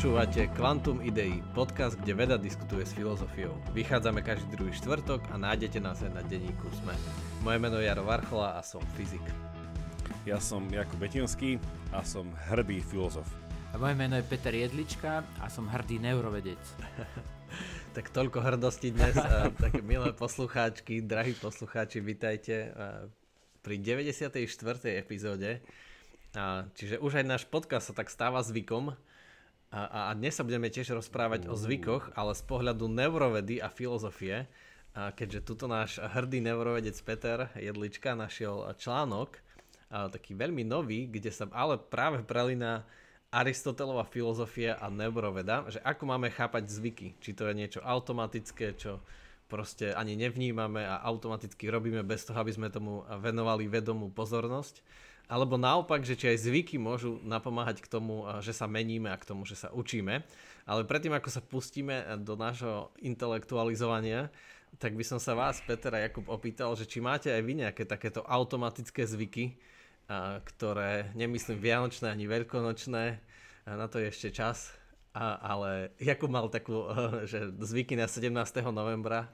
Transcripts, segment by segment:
Počúvate Kvantum Idei, podcast, kde veda diskutuje s filozofiou. Vychádzame každý druhý štvrtok a nájdete nás aj na denníku SME. Moje meno je Jaro Varchola a som fyzik. Ja som Jakub Betinský a som hrdý filozof. A moje meno je Peter Jedlička a som hrdý neurovedec. Tak toľko hrdosti dnes. Tak milé poslucháčky, drahí poslucháči, vitajte pri 94. epizóde. Čiže už aj náš podcast sa tak stáva zvykom. A dnes sa budeme tiež rozprávať o zvykoch, ale z pohľadu neurovedy a filozofie. Keďže tuto náš hrdý neurovedec Peter Jedlička našiel článok, taký veľmi nový, kde sa ale práve prelína Aristotelova filozofia a neuroveda, že ako máme chápať zvyky. Či to je niečo automatické, čo proste ani nevnímame a automaticky robíme bez toho, aby sme tomu venovali vedomú pozornosť. Alebo naopak, že či aj zvyky môžu napomáhať k tomu, že sa meníme a k tomu, že sa učíme. Ale predtým, ako sa pustíme do nášho intelektualizovania, tak by som sa vás, Peter a Jakub, opýtal, že či máte aj vy nejaké takéto automatické zvyky, ktoré nemyslím vianočné ani veľkonočné, na to je ešte čas, ale Jakub mal takú, že zvyky na 17. novembra,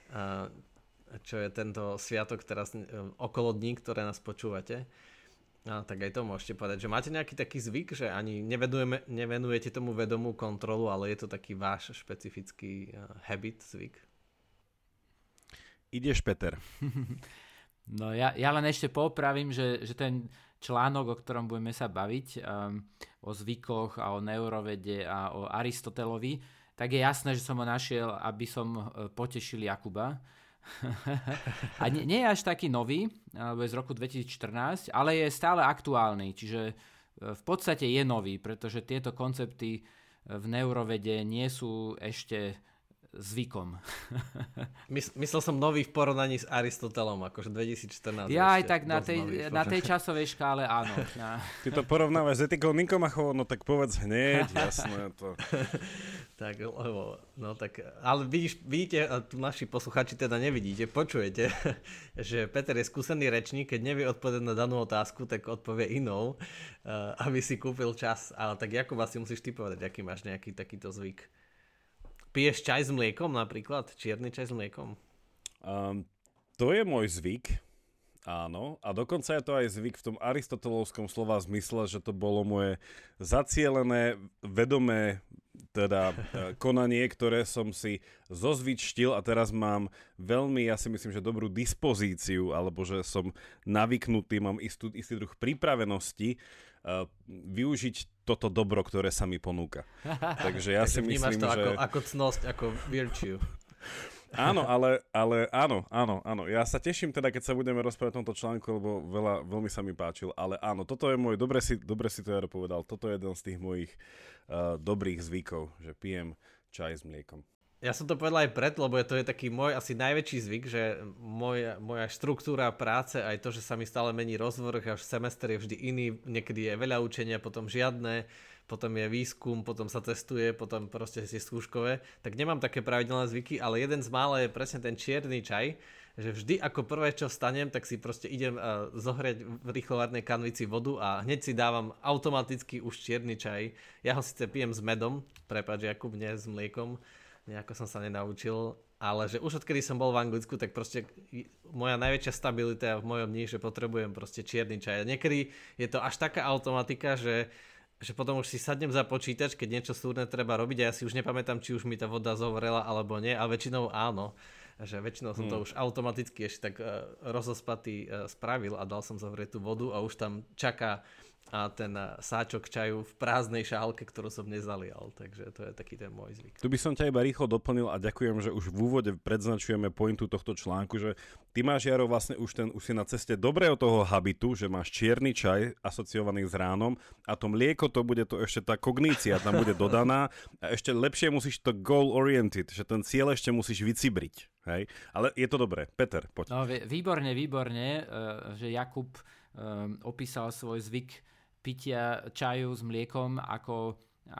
čo je tento sviatok teraz okolo dní, ktoré nás počúvate. Tak aj to môžete povedať, že máte nejaký taký zvyk, že ani nevenujete tomu vedomú kontrolu, ale je to taký váš špecifický habit, zvyk? Ideš, Peter. No ja len ešte popravím, že ten článok, o ktorom budeme sa baviť, o zvykoch a o neurovede a o Aristotelovi, tak je jasné, že som ho našiel, aby som potešil Jakuba. A nie je až taký nový, alebo je z roku 2014, ale je stále aktuálny, čiže v podstate je nový, pretože tieto koncepty v neurovede nie sú ešte zvykom. Myslel som nový v porovnaní s Aristotelom, akože 2014. Ja aj tak na tej časovej škále áno. Ty to porovnávaš s etikou Nikomachovou, no tak povedz hneď, jasné to. Tak, no tak, ale vidíte, tu naši posluchači teda nevidíte, počujete, že Peter je skúsený rečník, keď nevie odpovedať na danú otázku, tak odpovie inou, aby si kúpil čas. Ale tak Jakub, asi musíš ty povedať, aký máš nejaký takýto zvyk. Piješ čaj s mliekom napríklad? Čierny čaj s mliekom? To je môj zvyk, áno. A dokonca je to aj zvyk v tom aristotelovskom slova zmysle, že to bolo moje zacielené, vedomé teda konanie, ktoré som si zozvyčtil a teraz mám veľmi, ja si myslím, že dobrú dispozíciu, alebo že som navyknutý, mám istý druh pripravenosti využiť toto dobro, ktoré sa mi ponúka. Takže ja si myslím, to že... ako cnosť, ako virtue. Áno, ale áno. Ja sa teším teda, keď sa budeme rozprávať o tomto článku, lebo veľmi sa mi páčil. Ale áno, toto je môj, dobre si to Jaro povedal, toto je jeden z tých mojich dobrých zvykov, že pijem čaj s mliekom. Ja som to povedal aj preto, lebo to je taký môj asi najväčší zvyk, že moja štruktúra práce, aj to, že sa mi stále mení rozvrh, až semester je vždy iný, niekedy je veľa učenia, potom žiadne, potom je výskum, potom sa testuje, potom proste je skúškové, tak nemám také pravidelné zvyky, ale jeden z mála je presne ten čierny čaj, že vždy ako prvé, čo vstanem, tak si proste idem zohrieť v rýchlovárnej kanvici vodu a hneď si dávam automaticky už čierny čaj. Ja ho síce pijem s medom, prepáč Jakub, nie s mliekom, nejako som sa nenaučil, ale že už odkedy som bol v Anglicku, tak proste moja najväčšia stabilita v mojom dni, že potrebujem proste čierny čaj. A niekedy je to až taká automatika, že potom už si sadnem za počítač, keď niečo súrne treba robiť a ja si už nepamätám, či už mi tá voda zovrela alebo nie, a väčšinou áno. Že väčšinou som to už automaticky ešte tak rozospatý spravil a dal som zovrieť tú vodu a už tam čaká ten sáčok čaju v prázdnej šálke, ktorú som nezalial. Takže to je taký ten môj zvyk. Tu by som ťa iba rýchlo doplnil a ďakujem, že už v úvode predznačujeme pointu tohto článku, že ty máš, Jaro, vlastne už si na ceste dobrého toho habitu, že máš čierny čaj asociovaný s ránom a to mlieko, to bude to ešte tá kognícia, tam bude dodaná a ešte lepšie musíš to goal-oriented, že ten cieľ ešte musíš vycibriť. Hej? Ale je to dobré. Peter, poď. No, výborne, že Jakub opísal svoj zvyk pitia čaju s mliekom ako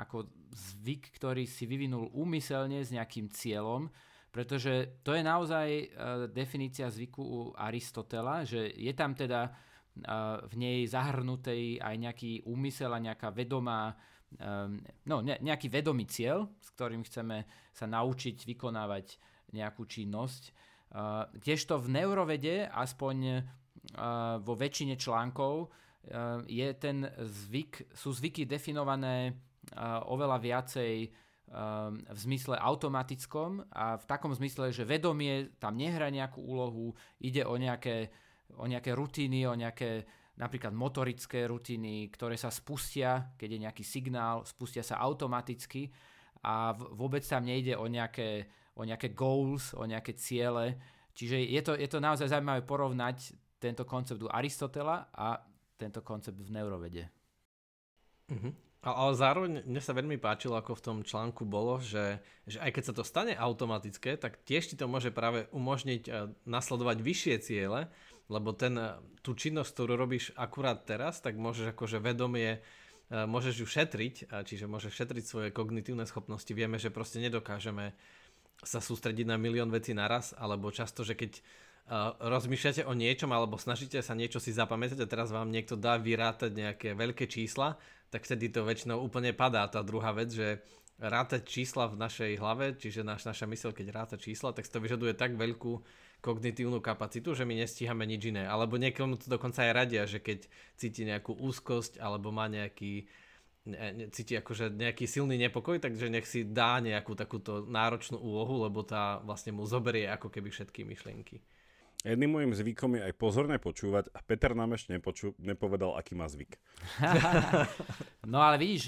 zvyk, ktorý si vyvinul úmyselne s nejakým cieľom, pretože to je naozaj definícia zvyku u Aristotela, že je tam teda v nej zahrnutej aj nejaký úmysel a nejaká vedomá nejaký vedomý cieľ, s ktorým chceme sa naučiť vykonávať nejakú činnosť. Kdežto v neurovede, aspoň vo väčšine článkov, sú zvyky definované oveľa viacej v zmysle automatickom a v takom zmysle, že vedomie tam nehrá nejakú úlohu, ide o nejaké rutiny, o nejaké napríklad motorické rutiny, ktoré sa spustia, keď je nejaký signál, spustia sa automaticky a vôbec tam nejde o nejaké goals, o nejaké ciele. Čiže je to naozaj zaujímavé porovnať tento koncept u Aristotela a tento koncept v neurovede. Ale zároveň mne sa veľmi páčilo, ako v tom článku bolo, že aj keď sa to stane automatické, tak tiež ti to môže práve umožniť nasledovať vyššie ciele, lebo tú činnosť, ktorú robíš akurát teraz, tak môžeš akože vedomie, môžeš ju šetriť, čiže môžeš šetriť svoje kognitívne schopnosti. Vieme, že proste nedokážeme sa sústrediť na milión vecí naraz, alebo často, že keď rozmýšľate o niečom alebo snažíte sa niečo si zapamätať a teraz vám niekto dá vyrátať nejaké veľké čísla, tak vtedy to väčšinou úplne padá. Tá druhá vec, že rátať čísla v našej hlave, čiže naša myseľ, keď ráta čísla, tak to vyžaduje tak veľkú kognitívnu kapacitu, že my nestíhame nič iné. Alebo niekomu to dokonca aj radia, že keď cíti nejakú úzkosť alebo má cíti akože nejaký silný nepokoj, takže nech si dá nejakú takúto náročnú úlohu, lebo tá vlastne mu zoberie ako keby všetky myšlienky. Jedným môjim zvykom je aj pozorne počúvať a Peter nám ešte nepovedal, aký má zvyk. No ale vidíš,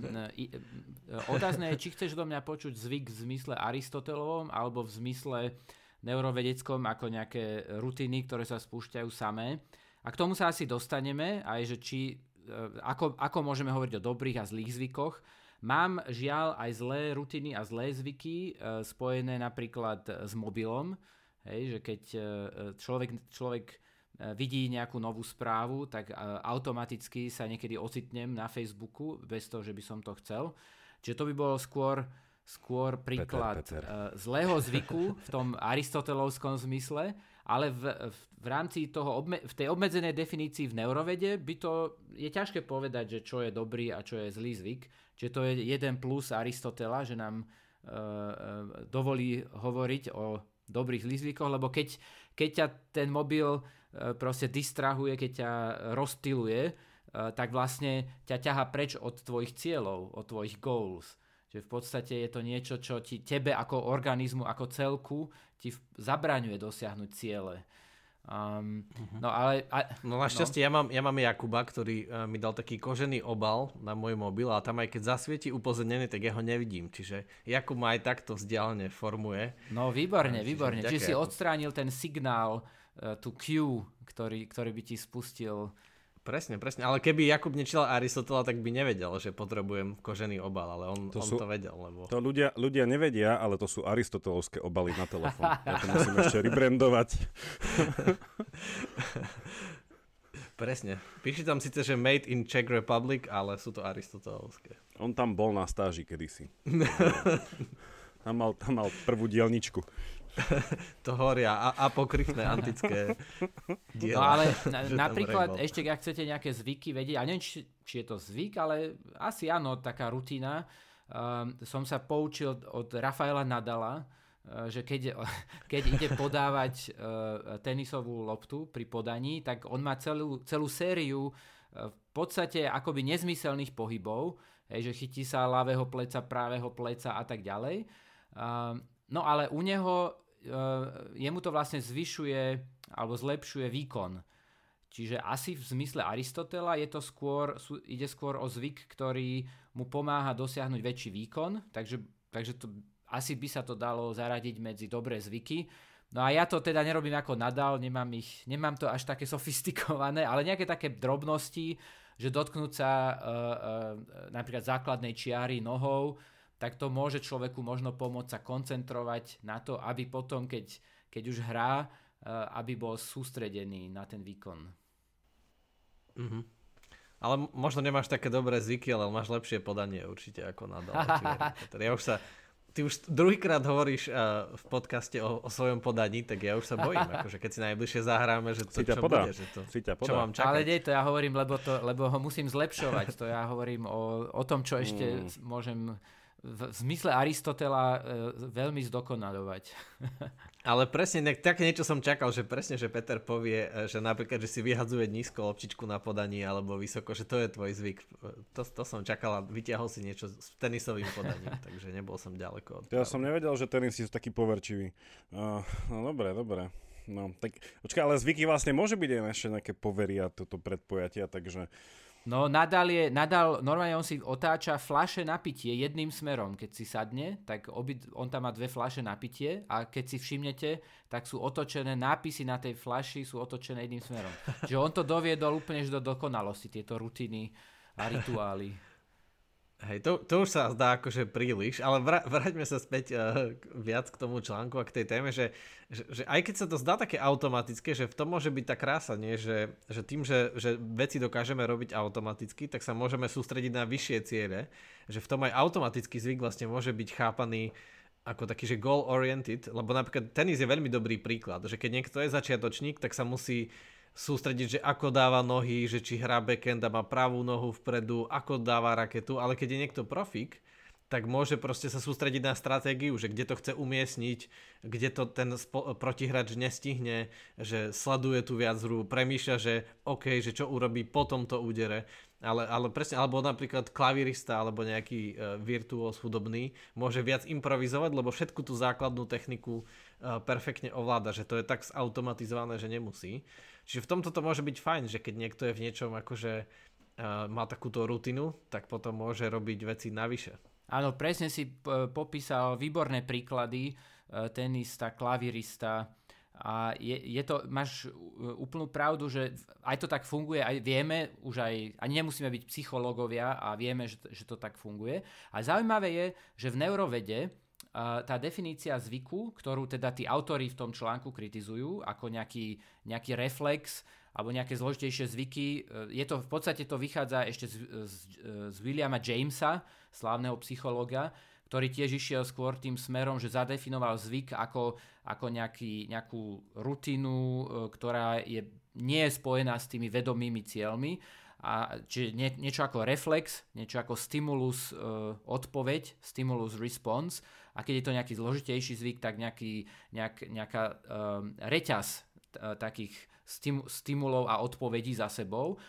otázne je, či chceš do mňa počuť zvyk v zmysle Aristotelovom alebo v zmysle neurovedeckom ako nejaké rutiny, ktoré sa spúšťajú samé. A k tomu sa asi dostaneme, aj že ako môžeme hovoriť o dobrých a zlých zvykoch. Mám žiaľ aj zlé rutiny a zlé zvyky spojené napríklad s mobilom. Hej, že keď človek vidí nejakú novú správu, tak automaticky sa niekedy ocitnem na Facebooku bez toho, že by som to chcel. Čiže to by bolo skôr príklad Peter. Zlého zvyku v tom aristotelovskom zmysle, ale v rámci v tej obmedzenej definícii v neurovede je ťažké povedať, že čo je dobrý a čo je zlý zvyk. Čiže to je jeden plus Aristotela, že nám dovolí hovoriť o dobrých zlých zvykoch, lebo keď ťa ten mobil proste distrahuje, keď ťa rozptyluje, tak vlastne ťa ťahá preč od tvojich cieľov, od tvojich goals. Čiže v podstate je to niečo, čo tebe ako organizmu, ako celku ti zabraňuje dosiahnuť ciele. No našťastie ja mám Jakuba, ktorý mi dal taký kožený obal na môj mobil a tam aj keď zasvieti upozornenie, tak ja ho nevidím. Čiže Jakub ma aj takto vzdialene formuje. No výborne. Čiže si odstránil ten signál, tú cue, ktorý by ti spustil. Presne. Ale keby Jakub nečítal Aristotela, tak by nevedel, že potrebujem kožený obal, ale on to vedel. Lebo... To ľudia nevedia, ale to sú aristotelovské obaly na telefón. Ja to musím ešte rebrandovať. Presne. Píši tam síce, že made in Czech Republic, ale sú to aristotelovské. On tam bol na stáži kedysi. Tam mal prvú dielničku. To horia apokryfné antické diela. No ale napríklad ešte, ak chcete nejaké zvyky vedieť, a neviem, či je to zvyk, ale asi áno, taká rutina. Som sa poučil od Rafaela Nadala, že keď ide podávať tenisovú loptu pri podaní, tak on má celú sériu v podstate akoby nezmyselných pohybov, že chytí sa ľavého pleca, pravého pleca a tak ďalej. No ale u neho jemu to vlastne zvyšuje alebo zlepšuje výkon. Čiže asi v zmysle Aristotela ide skôr o zvyk, ktorý mu pomáha dosiahnuť väčší výkon, takže asi by sa to dalo zaradiť medzi dobré zvyky. No a ja to teda nerobím ako Nadal, nemám to až také sofistikované, ale nejaké také drobnosti, že dotknúť sa napríklad základnej čiary nohou, tak to môže človeku možno pomôcť sa koncentrovať na to, aby potom, keď už hrá, aby bol sústredený na ten výkon. Mm-hmm. Ale možno nemáš také dobré zvyky, ale máš lepšie podanie určite ako Nadal. ty už druhýkrát hovoríš v podcaste o svojom podaní, tak ja už sa bojím, akože keď si najbližšie zahráme, že to čo bude, že to čo mám čakať. Ale nie, to ja hovorím, lebo ho musím zlepšovať, to ja hovorím o tom, čo ešte môžem v zmysle Aristotela veľmi zdokonaľovať. Ale presne, také niečo som čakal, že presne, že Peter povie, že napríklad, že si vyhadzuje nízko loptičku na podaní alebo vysoko, že to je tvoj zvyk. To som čakal a vyťahol si niečo s tenisovým podaním, takže nebol som ďaleko od Ja som nevedel, že tenisisti sú takí poverčiví. No dobre. No, tak počkaj, ale zvyky vlastne môže byť aj ešte nejaké povery a toto predpojatia, takže... No Nadal normálne on si otáča fľaše na pitie jedným smerom, keď si sadne, tak on tam má 2 fľaše na pitie a keď si všimnete, tak sú otočené, nápisy na tej fľaši sú otočené jedným smerom. Že on to doviedol úplne do dokonalosti, tieto rutiny a rituály. Hej, to už sa zdá akože príliš, ale vráťme sa späť viac k tomu článku a k tej téme, že aj keď sa to zdá také automatické, že v tom môže byť tá krása, nie? Že tým, že veci dokážeme robiť automaticky, tak sa môžeme sústrediť na vyššie ciele, že v tom aj automatický zvyk vlastne môže byť chápaný ako taký, že goal-oriented, lebo napríklad tenis je veľmi dobrý príklad, že keď niekto je začiatočník, tak sa musí sústrediť, že ako dáva nohy, že či hrá backhand a má pravú nohu vpredu, ako dáva raketu, ale keď je niekto profík, tak môže proste sa sústrediť na stratégiu, že kde to chce umiestniť, kde to ten protihráč nestihne, že sleduje tú viachru, premýšľa, že OK, že čo urobí po tomto údere, ale presne, alebo napríklad klavírista alebo nejaký virtuós hudobný môže viac improvizovať, lebo všetku tú základnú techniku perfektne ovláda, že to je tak zautomatizované, že nemusí. Čiže v tomto to môže byť fajn, že keď niekto je v niečom akože má takúto rutinu, tak potom môže robiť veci navyše. Áno, presne si popísal výborné príklady, tenista, klavírista a máš úplnú pravdu, že aj to tak funguje, aj vieme, ani nemusíme byť psychológovia a vieme, že to tak funguje. A zaujímavé je, že v neurovede tá definícia zvyku, ktorú teda tí autori v tom článku kritizujú ako nejaký reflex alebo nejaké zložitejšie zvyky, v podstate to vychádza ešte z Williama Jamesa, slávneho psychológa, ktorý tiež išiel skôr tým smerom, že zadefinoval zvyk ako nejakú rutinu, ktorá nie je spojená s tými vedomými cieľmi. Čiže niečo ako reflex, niečo ako stimulus odpoveď, stimulus response. A keď je to nejaký zložitejší zvyk, tak nejaká reťaz takých stimulov a odpovedí za sebou.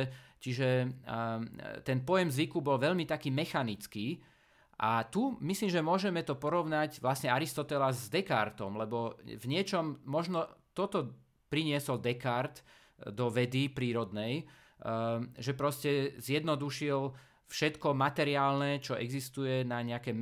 Čiže ten pojem zvyku bol veľmi taký mechanický. A tu myslím, že môžeme to porovnať vlastne Aristotela s Descartesom, lebo v niečom možno toto priniesol Descartes do vedy prírodnej, že proste zjednodušil všetko materiálne, čo existuje na nejaké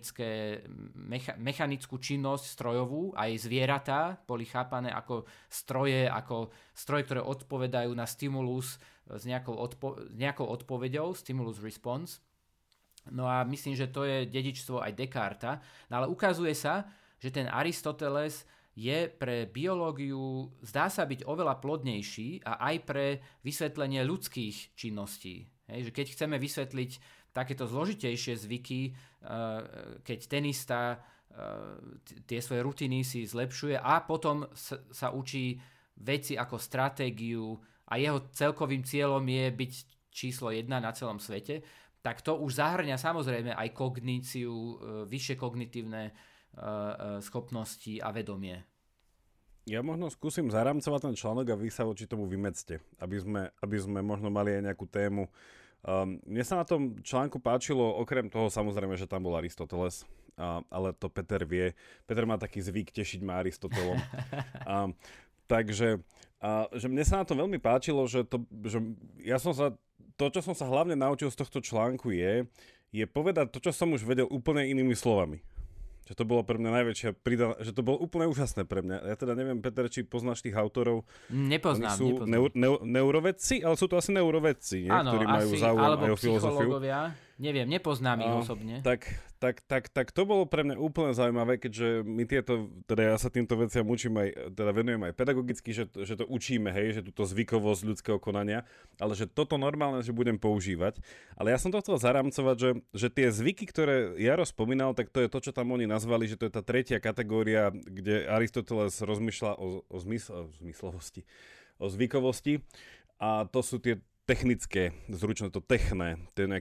mechanickú činnosť strojovú, aj zvieratá boli chápané ako stroje, ktoré odpovedajú na stimulus s nejakou odpoveďou, stimulus response. No a myslím, že to je dedičstvo aj Descartesa. No ale ukazuje sa, že ten Aristoteles je pre biológiu, zdá sa byť oveľa plodnejší a aj pre vysvetlenie ľudských činností. Hej, že keď chceme vysvetliť takéto zložitejšie zvyky, keď tenista tie svoje rutiny si zlepšuje a potom sa učí veci ako stratégiu a jeho celkovým cieľom je byť číslo 1 na celom svete, tak to už zahŕňa samozrejme aj kogníciu, vyššie kognitívne schopnosti a vedomie. Ja možno skúsim zaramcovať ten článok a vy sa voči tomu vymedzte, aby sme možno mali aj nejakú tému. Mne sa na tom článku páčilo, okrem toho samozrejme, že tam bol Aristoteles, ale to Peter vie. Peter má taký zvyk tešiť ma Aristotelom. Takže že mne sa na to veľmi páčilo, že čo som sa hlavne naučil z tohto článku je povedať to, čo som už vedel úplne inými slovami. Že to bolo pre mňa najväčšia že to bolo úplne úžasné pre mňa. Ja teda neviem, Peter, či poznáš tých autorov. Nepoznám. Neurovedci, ale sú to asi neurovedci, nie? Áno, ktorí majú záujem aj o filozofiu. Neviem, nepoznám ich osobne. Tak to bolo pre mňa úplne zaujímavé, keďže my ja sa týmto veciam učím aj, teda venujem aj pedagogicky, že to učíme, hej, že túto zvykovosť ľudského konania, ale že toto normálne, že budem používať. Ale ja som to chcel zarámcovať, že tie zvyky, ktoré Jaro spomínal, tak to je to, čo tam oni nazvali, že to je tá tretia kategória, kde Aristoteles rozmýšľa o zmyslovosti, o zvykovosti, a to sú tie technické zručnosti, to techné, to je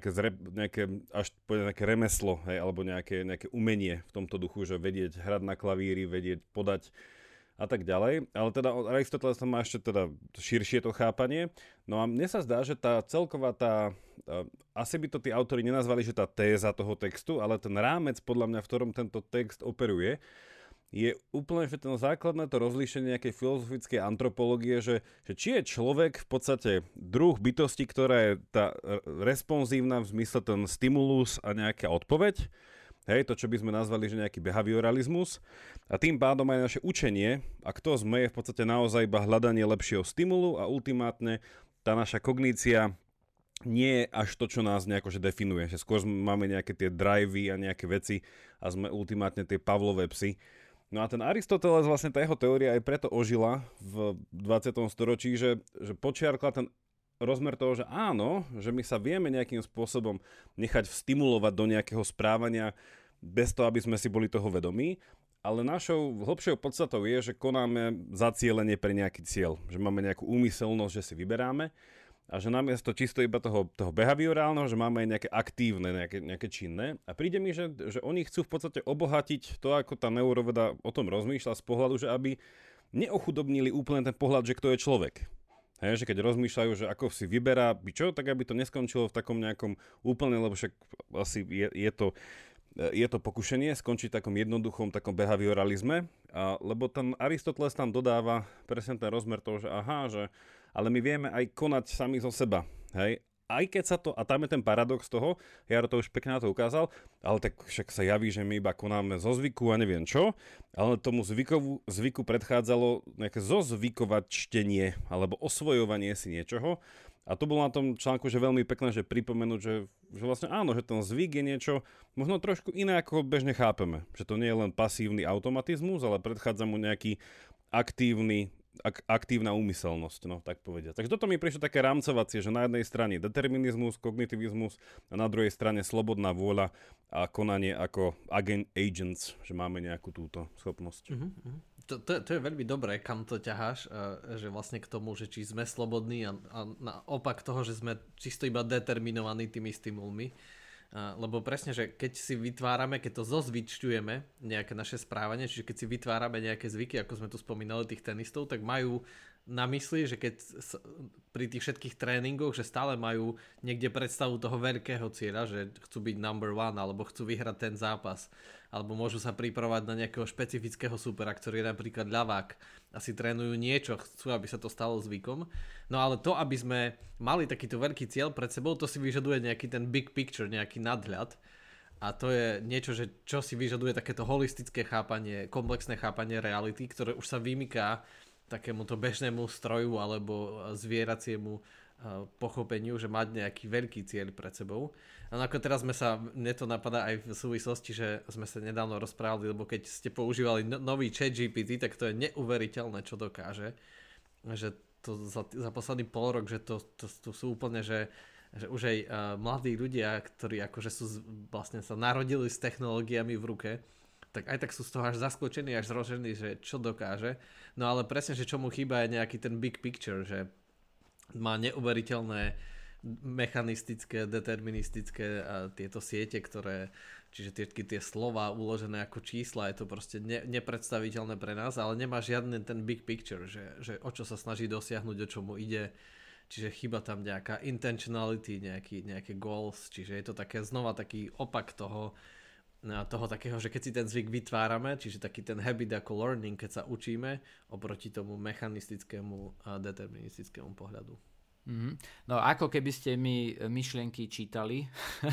nejaké remeslo, hej, alebo nejaké umenie v tomto duchu, že vedieť hrať na klavíri, vedieť podať a tak ďalej. Ale teda od Aristotelesa má ešte teda širšie to chápanie. No a mne sa zdá, že tá celková asi by to tí autori nenazvali, že tá téza toho textu, ale ten rámec podľa mňa, v ktorom tento text operuje, je úplne, že ten základné to rozlíšenie nejakej filozofickej antropológie, že či je človek v podstate druh bytosti, ktorá je tá responsívna v zmysle ten stimulus a nejaká odpoveď, hej, to čo by sme nazvali, že nejaký behavioralizmus, a tým pádom aj naše učenie, a kto sme, je v podstate naozaj iba hľadanie lepšieho stimulu a ultimátne tá naša kognícia nie je až to, čo nás nejako že definuje, že skôr máme nejaké tie drivey a nejaké veci a sme ultimátne tie Pavlové psy. No a ten Aristoteles, vlastne tá jeho teória aj preto ožila v 20. storočí, že počiarkla ten rozmer toho, že áno, že my sa vieme nejakým spôsobom nechať vstimulovať do nejakého správania bez toho, aby sme si boli toho vedomí, ale našou hlbšou podstatou je, že konáme zacielenie pre nejaký cieľ, že máme nejakú úmyselnosť, že si vyberáme, a že namiesto čisto iba toho behaviorálneho, že máme aj nejaké aktívne, nejaké činné. A príde mi, že oni chcú v podstate obohatiť to, ako tá neuroveda o tom rozmýšľa z pohľadu, že aby neochudobnili úplne ten pohľad, že kto je človek. Hej, že keď rozmýšľajú, že ako si vyberá čo, tak aby to neskončilo v takom nejakom úplne, lebo však asi je to pokušenie skončiť v takom jednoduchom takom behavioralizme, lebo ten Aristoteles tam dodáva presne ten rozmer toho, že ale my vieme aj konať sami zo seba, hej. Aj keď sa to, a tam je ten paradox toho, Jaro to už pekne na to ukázal, ale tak však sa javí, že my iba konáme zo zvyku a neviem čo, ale tomu zvyku predchádzalo nejaké zozvykovačtenie alebo osvojovanie si niečoho. A to bolo na tom článku, že veľmi pekné, že pripomenúť, že vlastne áno, že ten zvyk je niečo možno trošku iné, ako bežne chápeme. Že to nie je len pasívny automatizmus, ale predchádza mu nejaký aktívna úmyselnosť, no tak povediať. Takže toto mi prišlo také rámcovacie, že na jednej strane determinizmus, kognitivizmus a na druhej strane slobodná vôľa a konanie ako agents, že máme nejakú túto schopnosť. To je veľmi dobré, kam to ťaháš, že vlastne k tomu, že či sme slobodní a naopak toho, že sme čisto iba determinovaní tými stimulmi. Lebo presne, že keď si vytvárame, keď to zozvyčťujeme nejaké naše správanie, čiže keď si vytvárame nejaké zvyky, ako sme tu spomínali tých tenistov, tak majú na mysli, že keď pri tých všetkých tréningoch, že stále majú niekde predstavu toho veľkého cieľa, že chcú byť number one, alebo chcú vyhrať ten zápas, alebo môžu sa pripravovať na nejakého špecifického supera, ktorý je napríklad ľavák, a si trénujú niečo, chcú, aby sa to stalo zvykom. No ale to, aby sme mali takýto veľký cieľ pred sebou, to si vyžaduje nejaký ten big picture, nejaký nadhľad. A to je niečo, čo si vyžaduje takéto holistické chápanie, komplexné chápanie reality, ktoré už sa vymyká takémuto bežnému stroju alebo zvieraciemu pochopeniu, že mať nejaký veľký cieľ pred sebou. A ako teraz mne to napadá aj v súvislosti, že sme sa nedávno rozprávali, lebo keď ste používali nový ChatGPT, tak to je neuveriteľné, čo dokáže. Že to za posledný pol rok, že to sú úplne, že už aj mladí ľudia, ktorí akože sú vlastne sa narodili s technológiami v ruke, tak aj tak sú z toho až zaskočení, až zrožení, že čo dokáže. No ale presne, že čo mu chýba je nejaký ten big picture, že má neuveriteľné mechanistické, deterministické tieto siete, čiže tie slova uložené ako čísla, je to proste nepredstaviteľné pre nás, ale nemá žiadny ten big picture, že o čo sa snaží dosiahnuť, o čo mu ide, čiže chýba tam nejaká intentionality, nejaké goals, čiže je to znova taký opak toho takého, že keď si ten zvyk vytvárame, čiže taký ten habit ako learning, keď sa učíme, oproti tomu mechanistickému a deterministickému pohľadu. No ako keby ste mi myšlienky čítali,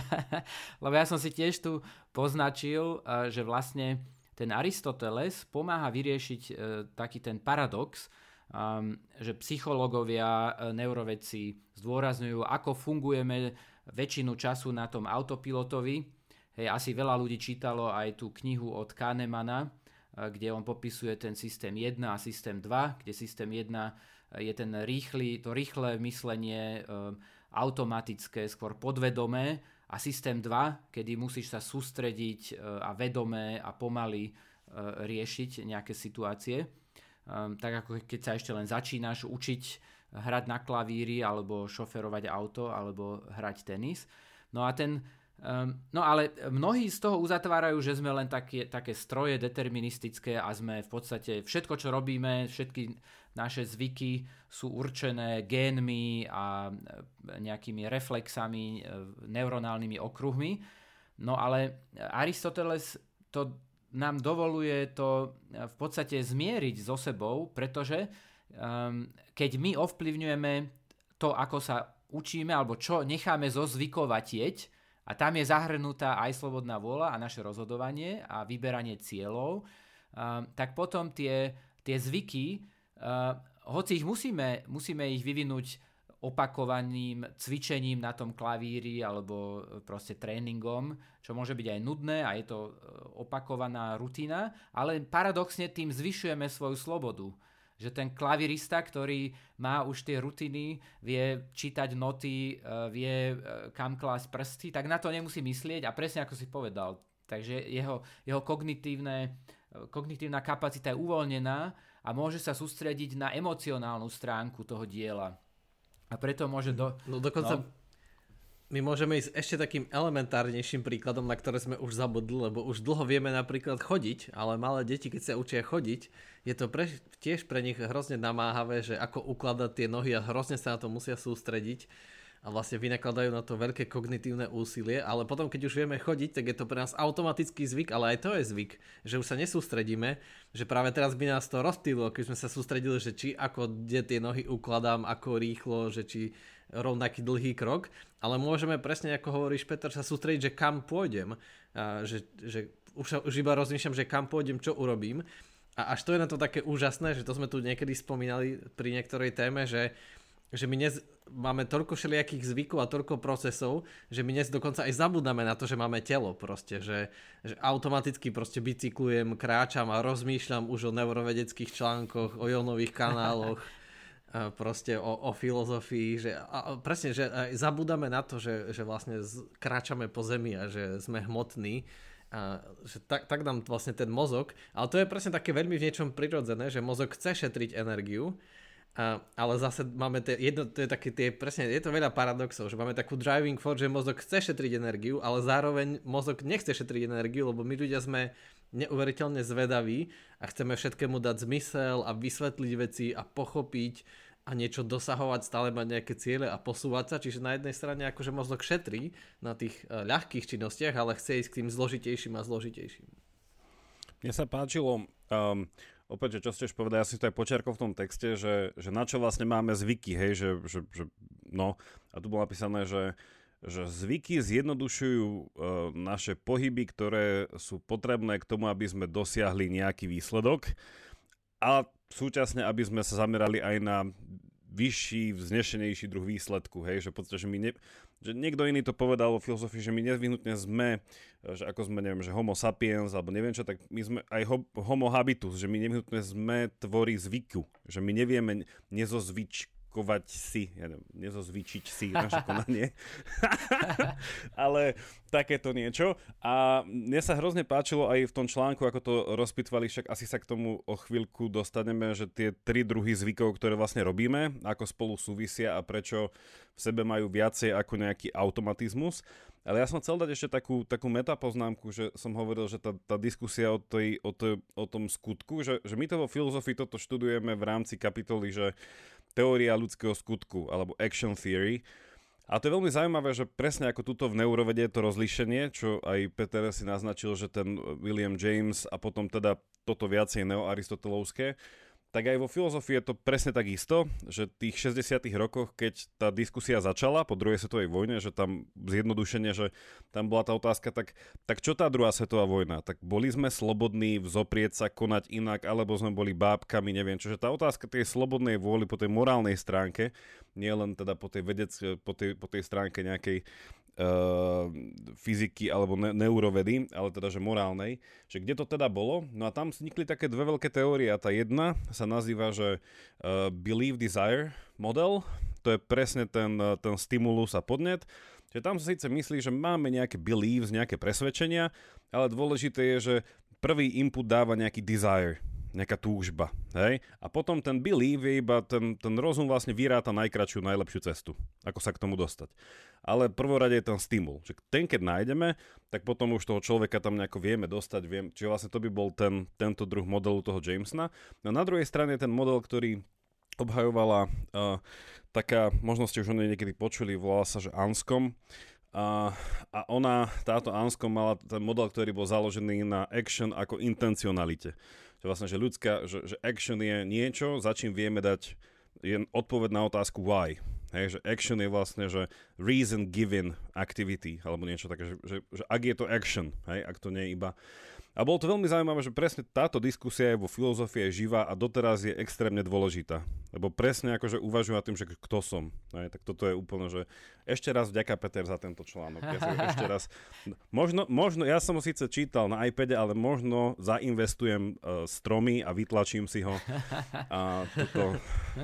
lebo ja som si tiež tu poznačil, že vlastne ten Aristoteles pomáha vyriešiť taký ten paradox, že psychológovia, neurovedci zdôrazňujú, ako fungujeme väčšinu času na tom autopilotovi. Hej, asi veľa ľudí čítalo aj tú knihu od Kahnemana, kde on popisuje ten systém 1 a systém 2, kde systém 1 je to rýchle myslenie, automatické, skôr podvedomé, a systém 2, kedy musíš sa sústrediť a vedomé a pomaly riešiť nejaké situácie. Tak ako keď sa ešte len začínaš učiť hrať na klavíri alebo šoferovať auto alebo hrať tenis. Ale mnohí z toho uzatvárajú, že sme len také stroje deterministické a sme v podstate všetko, čo robíme, všetky naše zvyky sú určené génmi a nejakými reflexami, neuronálnymi okruhmi. No ale Aristoteles to nám dovoluje to v podstate zmieriť so sebou, pretože keď my ovplyvňujeme to, ako sa učíme alebo čo necháme zo zvykov tieť, a tam je zahrnutá aj slobodná vôľa a naše rozhodovanie a vyberanie cieľov, tak potom tie zvyky, hoci ich musíme ich vyvinúť opakovaným cvičením na tom klavíri alebo proste tréningom, čo môže byť aj nudné a je to opakovaná rutina, ale paradoxne tým zvyšujeme svoju slobodu. Že ten klavirista, ktorý má už tie rutiny, vie čítať noty, vie kam klásť prsty, tak na to nemusí myslieť a presne ako si povedal. Takže jeho kognitívna kapacita je uvoľnená a môže sa sústrediť na emocionálnu stránku toho diela. A preto môže dokonca my môžeme ísť ešte takým elementárnejším príkladom, na ktoré sme už zabudli, lebo už dlho vieme napríklad chodiť, ale malé deti, keď sa učia chodiť, je to tiež pre nich hrozne namáhavé, že ako ukladať tie nohy a hrozne sa na to musia sústrediť a vlastne vynakladajú na to veľké kognitívne úsilie, ale potom keď už vieme chodiť, tak je to pre nás automatický zvyk, ale aj to je zvyk, že už sa nesústredíme, že práve teraz by nás to rozptýlilo, keď sme sa sústredili, že či kde tie nohy ukladám, ako rýchlo, že či rovnaký dlhý krok, ale môžeme presne, ako hovoríš, Peter, sa sústrediť, že kam pôjdem, že už iba rozmýšľam, že kam pôjdem, čo urobím, a až to je na to také úžasné, že to sme tu niekedy spomínali pri niektorej téme, že my dnes máme toľko všelijakých zvykov a toľko procesov, že my dnes dokonca aj zabudáme na to, že máme telo proste, že automaticky proste bicyklujem, kráčam a rozmýšľam už o neurovedeckých článkoch, o jónových kanáloch, proste o filozofii, že presne, že aj zabudáme na to, že vlastne kráčame po zemi a že sme hmotní, a že tak nám vlastne ten mozog, ale to je presne také veľmi v niečom prirodzené, že mozog chce šetriť energiu, ale zase máme to je také presne, je to veľa paradoxov, že máme takú driving force, že mozog chce šetriť energiu, ale zároveň mozog nechce šetriť energiu, lebo my ľudia sme neuveriteľne zvedaví a chceme všetkému dať zmysel a vysvetliť veci a pochopiť a niečo dosahovať, stále mať nejaké ciele a posúvať sa, čiže na jednej strane akože mozog šetrí na tých ľahkých činnostiach, ale chce ísť k tým zložitejším a zložitejším. Mne sa páčilo, opäť, čo ste už povedali, ja si to aj počiarkol v tom texte, že na čo vlastne máme zvyky, hej, že no, a tu bolo napísané, že zvyky zjednodušujú naše pohyby, ktoré sú potrebné k tomu, aby sme dosiahli nejaký výsledok a súčasne, aby sme sa zamerali aj na vyšší, vznešenejší druh výsledku, hej, že v podstate, že niekto iný to povedal o filozofii, že my nevyhnutne sme, že ako sme, neviem, že homo sapiens, alebo neviem čo, tak my sme aj homo habitus, že my nevyhnutne sme tvorí zvyku, že my nevieme nezozvyčkovať si, ja neviem, nezozvyčiť si naše konanie, ale takéto niečo. A mne sa hrozne páčilo aj v tom článku, ako to rozpitvali, však asi sa k tomu o chvíľku dostaneme, že tie 3 druhy zvykov, ktoré vlastne robíme, ako spolu súvisia a prečo v sebe majú viacej ako nejaký automatizmus. Ale ja som chcel dať ešte takú metapoznámku, že som hovoril, že tá diskusia o tom skutku, že my to vo filozofii toto študujeme v rámci kapitoly, že teória ľudského skutku, alebo action theory. A to je veľmi zaujímavé, že presne ako tuto v neurovede je to rozlíšenie, čo aj Peter si naznačil, že ten William James a potom teda toto viacej neoaristotelovské, tak aj vo filozofii je to presne tak isto, že v tých 60. rokoch, keď tá diskusia začala po druhej svetovej vojne, že tam zjednodušene, že tam bola tá otázka, tak čo tá druhá svetová vojna? Tak boli sme slobodní vzoprieť sa, konať inak, alebo sme boli bábkami, neviem čo. Že tá otázka tej slobodnej vôly po tej morálnej stránke, nie len teda po tej po tej stránke nejakej fyziky alebo neurovedy, ale teda že morálnej, že kde to teda bolo. No a tam vznikli také dve veľké teórie a tá jedna sa nazýva, že belief desire model, to je presne ten stimulus a podnet, že tam sa síce myslí, že máme nejaké beliefs, nejaké presvedčenia, ale dôležité je, že prvý input dáva nejaký desire, nejaká túžba, hej? A potom ten belief je iba, ten rozum vlastne vyráta najkračšiu, najlepšiu cestu, ako sa k tomu dostať. Ale prvorade je ten stimul, že ten keď nájdeme, tak potom už toho človeka tam nejako vieme dostať, čiže vlastne to by bol tento druh modelu toho Jamesona. No na druhej strane je ten model, ktorý obhajovala taká, možno ste už o nej niekedy počuli, volala sa, že Anscombe. A táto Anscombe mala ten model, ktorý bol založený na action ako intencionalite. Že vlastne, že action je niečo, za čím vieme dať odpoveď na otázku why. Hej, že action je vlastne, že reason given activity, alebo niečo také, že ak je to action, hej, ak to nie je iba. A bolo to veľmi zaujímavé, že presne táto diskusia je vo filozofii živá a doteraz je extrémne dôležitá. Lebo presne akože uvažujem nad tým, že kto som. Hej, tak toto je úplne, že ešte raz vďaka Peter za tento článok. Ja si ešte raz, možno, ja som ho síce čítal na iPade, ale možno zainvestujem stromy a vytlačím si ho. A toto...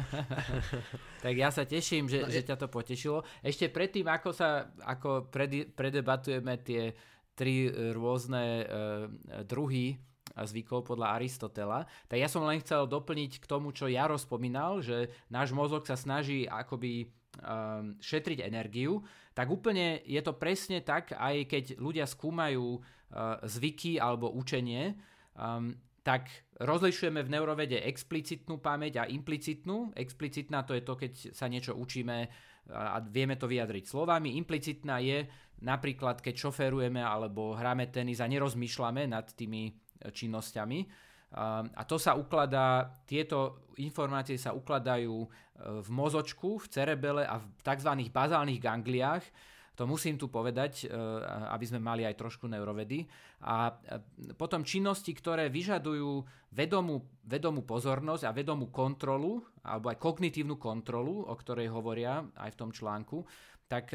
Tak ja sa teším, že ťa to potešilo. Ešte predtým, ako predebatujeme tie tri rôzne druhy zvykov podľa Aristotela, tak ja som len chcel doplniť k tomu, čo Jaro spomínal, že náš mozog sa snaží akoby šetriť energiu, tak úplne je to presne tak, aj keď ľudia skúmajú zvyky alebo učenie, tak rozlišujeme v neurovede explicitnú pamäť a implicitnú. Explicitná to je to, keď sa niečo učíme a vieme to vyjadriť slovami. Implicitná je napríklad, keď šoférujeme alebo hráme tenis a nerozmýšľame nad tými činnosťami. A to sa ukladá, tieto informácie sa ukladajú v mozočku, v cerebele a v tzv. Bazálnych gangliách. To musím tu povedať, aby sme mali aj trošku neurovedy. A potom činnosti, ktoré vyžadujú vedomú pozornosť a vedomú kontrolu, alebo aj kognitívnu kontrolu, o ktorej hovoria aj v tom článku, tak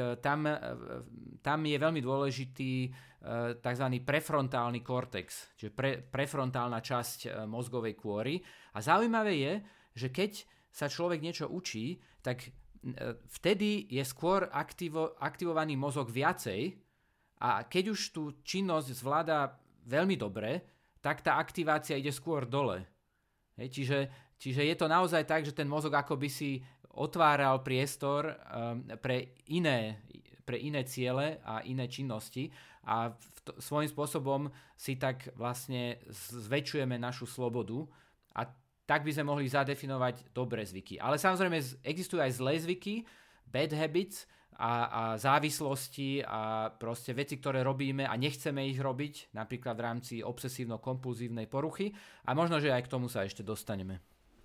tam je veľmi dôležitý tzv. Prefrontálny kortex, čiže prefrontálna časť mozgovej kôry. A zaujímavé je, že keď sa človek niečo učí, tak vtedy je skôr aktivovaný mozog viacej a keď už tú činnosť zvláda veľmi dobre, tak tá aktivácia ide skôr dole. Čiže je to naozaj tak, že ten mozog akoby si otváral priestor pre iné ciele a iné činnosti a svojím spôsobom si tak vlastne zväčšujeme našu slobodu a tak by sme mohli zadefinovať dobré zvyky. Ale samozrejme existujú aj zlé zvyky, bad habits a závislosti a proste veci, ktoré robíme a nechceme ich robiť, napríklad v rámci obsesívno-kompulzívnej poruchy a možno, že aj k tomu sa ešte dostaneme.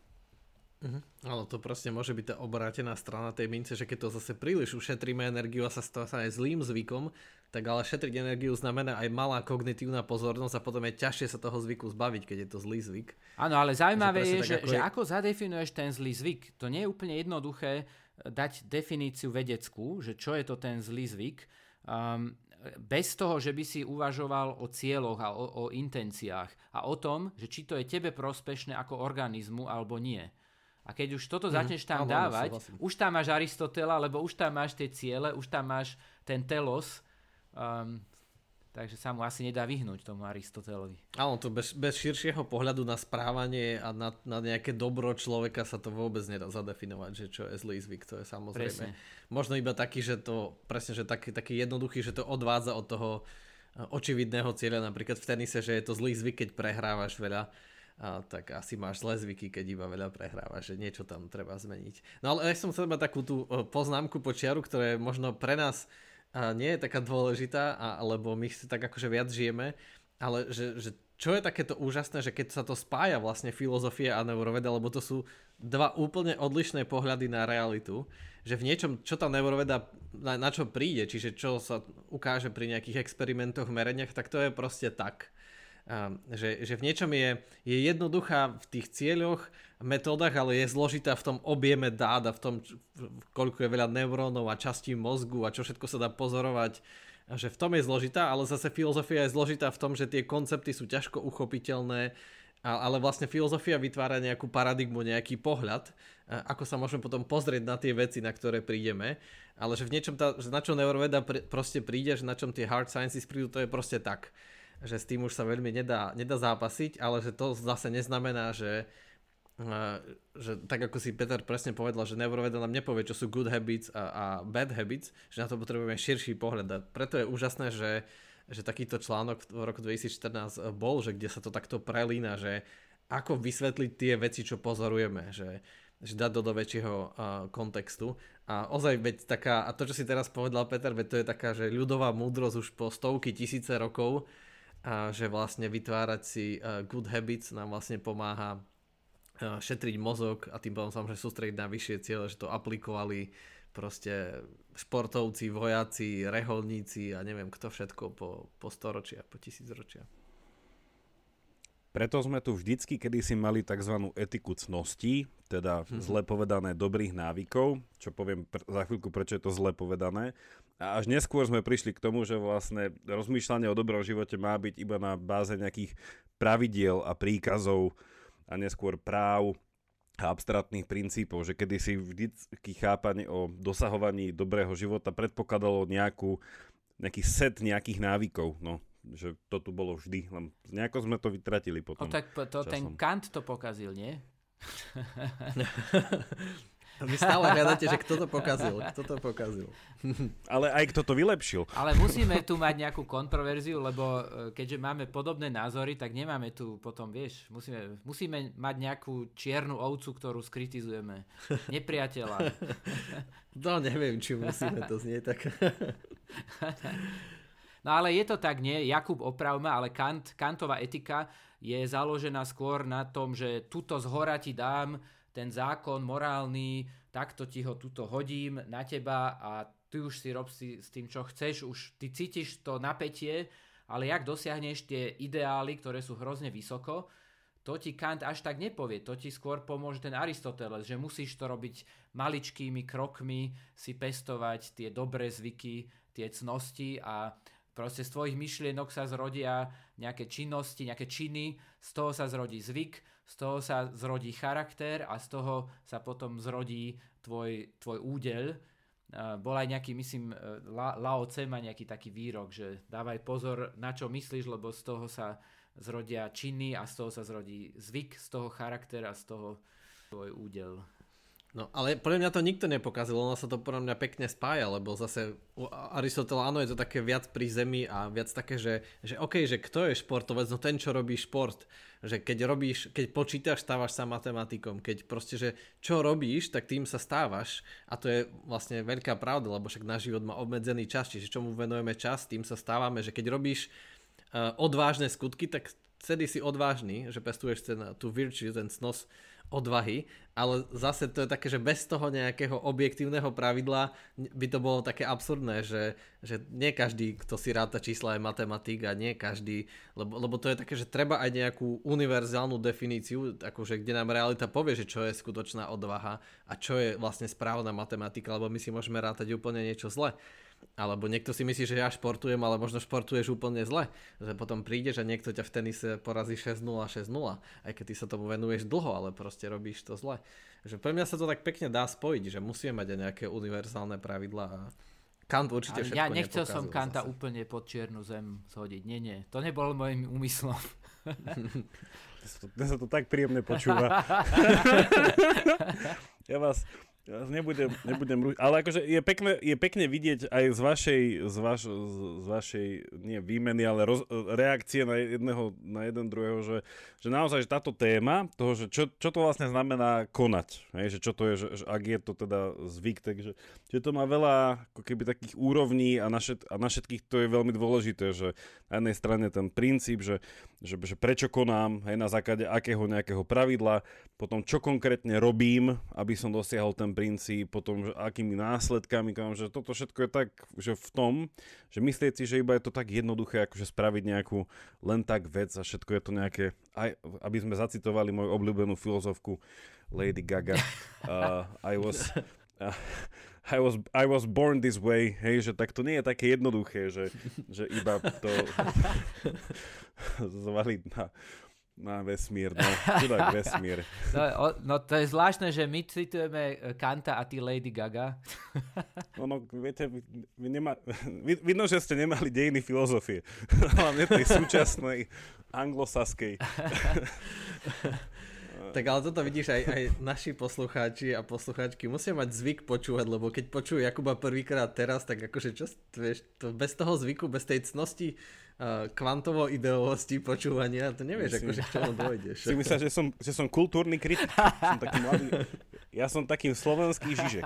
Ale to proste môže byť tá obrátená strana tej mince, že keď to zase príliš ušetríme energiu a sa stane aj zlým zvykom, tak ale šetriť energiu znamená aj malá kognitívna pozornosť a potom je ťažšie sa toho zvyku zbaviť, keď je to zlý zvyk. Áno, ale zaujímavé je, že ako zadefinuješ ten zlý zvyk. To nie je úplne jednoduché dať definíciu vedeckú, že čo je to ten zlý zvyk, bez toho, že by si uvažoval o cieľoch a o intenciách a o tom, že či to je tebe prospešné ako organizmu alebo nie. A keď už toto začneš tam dávať, už tam máš Aristotela, lebo už tam máš tie ciele, už tam máš ten telos, takže sa mu asi nedá vyhnúť tomu Aristotelovi. Áno, to bez širšieho pohľadu na správanie a na nejaké dobro človeka sa to vôbec nedá zadefinovať, že čo je zlý zvyk, to je samozrejme. Presne. Možno iba taký, že to presne, že taký jednoduchý, že to odvádza od toho očividného cieľa, napríklad v tenise, že je to zlý zvyk, keď prehrávaš veľa. Tak asi máš zlé zvyky, keď iba veľa prehrávaš, že niečo tam treba zmeniť. No ale ja som chcel mať takú tú poznámku počiaru, ktorá možno pre nás nie je taká dôležitá, lebo my si tak akože viac žijeme, ale že čo je takéto úžasné, že keď sa to spája vlastne filozofia a neuroveda, lebo to sú dva úplne odlišné pohľady na realitu, že v niečom, čo tá neuroveda na čo príde, čiže čo sa ukáže pri nejakých experimentoch, mereniach, tak to je proste tak. Že v niečom je jednoduchá v tých cieľoch, metódach, ale je zložitá v tom objeme dát a v tom, koľko je veľa neurónov a častí mozgu a čo všetko sa dá pozorovať. Že v tom je zložitá, ale zase filozofia je zložitá v tom, že tie koncepty sú ťažko uchopiteľné, ale vlastne filozofia vytvára nejakú paradigmu, nejaký pohľad, ako sa môžeme potom pozrieť na tie veci, na ktoré prídeme, ale že v niečom že na čo neuroveda proste príde, že na čom tie hard sciences prídu, to je proste tak. Že s tým už sa veľmi nedá zápasiť, ale že to zase neznamená, že tak ako si Peter presne povedal, že neuroveda nám nepovie, čo sú good habits a bad habits, že na to potrebujeme širší pohľad. A preto je úžasné, že takýto článok v roku 2014 bol, že kde sa to takto prelína, že ako vysvetliť tie veci, čo pozorujeme, že dať do väčšieho kontextu. A ozaj veď taká, a to, čo si teraz povedal Peter, veď to je taká, že ľudová múdrosť už po stovky, tisíce rokov, a že vlastne vytvárať si good habits nám vlastne pomáha šetriť mozog a tým pádom samozrejme sústrediť na vyššie ciele, že to aplikovali proste športovci, vojaci, reholníci a neviem kto všetko po storočia, po tisícročia. Preto sme tu vždycky kedysi mali tzv. Etiku cností, teda zle povedané dobrých návykov, čo poviem za chvíľku, prečo je to zle povedané. A až neskôr sme prišli k tomu, že vlastne rozmýšľanie o dobrom živote má byť iba na báze nejakých pravidiel a príkazov a neskôr práv a abstraktných princípov, že kedysi vždycky chápanie o dosahovaní dobrého života predpokladalo nejaký set nejakých návykov, no, že to tu bolo vždy, len nejako sme to vytratili potom. Tak ten Kant to pokazil, nie? Vy stále hľadáte, že kto to pokazil. Ale aj kto to vylepšil. Ale musíme tu mať nejakú kontroverziu, lebo keďže máme podobné názory, tak nemáme tu potom, vieš, musíme mať nejakú čiernu ovcu, ktorú skritizujeme. Nepriateľa. No neviem, či musíme, to znie tak. No ale je to tak, nie? Jakub, opravme, ale Kantova etika je založená skôr na tom, že tuto zhora ti dám ten zákon morálny, takto ti ho tuto hodím na teba a ty už si rob s tým, čo chceš, už ty cítiš to napätie, ale jak dosiahneš tie ideály, ktoré sú hrozne vysoko, to ti Kant až tak nepovie, to ti skôr pomôže ten Aristoteles, že musíš to robiť maličkými krokmi, si pestovať tie dobré zvyky, tie cnosti a proste z tvojich myšlienok sa zrodia nejaké činnosti, nejaké činy, z toho sa zrodí zvyk, z toho sa zrodí charakter a z toho sa potom zrodí tvoj údel. Bol aj nejaký, myslím, Lao Tse má nejaký taký výrok, že dávaj pozor, na čo myslíš, lebo z toho sa zrodia činy a z toho sa zrodí zvyk, z toho charakter a z toho tvoj údel. No, ale podľa mňa to nikto nepokazil, ono sa to podľa mňa pekne spája, lebo zase u Aristotela áno, je to také viac pri zemi a viac také, že okej, že kto je športovec, no ten, čo robí šport. Že keď počítaš, stávaš sa matematikom, keď proste, že čo robíš, tak tým sa stávaš a to je vlastne veľká pravda, lebo však náš život má obmedzený čas, čiže čomu venujeme čas, tým sa stávame, že keď robíš odvážne skutky, tak vtedy si odvážny, že pestuješ tú virtue, ten cnosť odvahy, ale zase to je také, že bez toho nejakého objektívneho pravidla by to bolo také absurdné, že nie každý, kto si ráta čísla, je matematik a nie každý, lebo to je také, že treba aj nejakú univerzálnu definíciu, akože kde nám realita povie, že čo je skutočná odvaha a čo je vlastne správna matematika, lebo my si môžeme rátať úplne niečo zle. Alebo niekto si myslí, že ja športujem, ale možno športuješ úplne zle. Že potom prídeš a niekto ťa v tenise porazí 6-0, 6-0. Aj keď ty sa tomu venuješ dlho, ale proste robíš to zle. Že pre mňa sa to tak pekne dá spojiť, že musíme mať aj nejaké univerzálne pravidlá a Kant určite všetko ja nechcel som Kanta zase úplne pod čiernu zem zhodiť. Nie. To nebol môjim úmyslom. Mne sa to tak príjemne počúva. Ja vás nebudem rúžiť, ale akože je pekne vidieť aj z vašej nie výmeny, ale reakcie na jeden druhého, že naozaj že táto téma toho, že čo to vlastne znamená konať, že čo to je, že ak je to teda zvyk, takže že to má veľa ako keby takých úrovní a na všetkých to je veľmi dôležité, že na jednej strane ten princíp, že že prečo konám, hej, na základe akého nejakého pravidla, potom čo konkrétne robím, aby som dosiahol ten princíp, potom že akými následkami konám, že toto všetko je tak, že v tom, že myslieť si, že iba je to tak jednoduché, akože spraviť nejakú len tak vec a všetko je to nejaké, aj aby sme zacitovali moju obľúbenú filozofku Lady Gaga, I was born this way, hej, že tak to nie je také jednoduché, že iba to zvaliť na vesmír, no, chudák vesmír. No to je zvláštne, že my citujeme Kanta a ty Lady Gaga. No, viete, vidno, že ste nemali dejiny filozofie, hlavne tej súčasnej anglosaskej. Tak ale toto vidíš, aj naši poslucháči a poslucháčky musia mať zvyk počúvať, lebo keď počujú Jakuba prvýkrát teraz, tak akože čo, vieš, to bez toho zvyku, bez tej cnosti kvantovo-ideovosti počúvania, to nevieš, akože k čomu dojdeš. Si myslíš, že som kultúrny kritik? Som taký mladý. Ja som takým slovenský Žižek.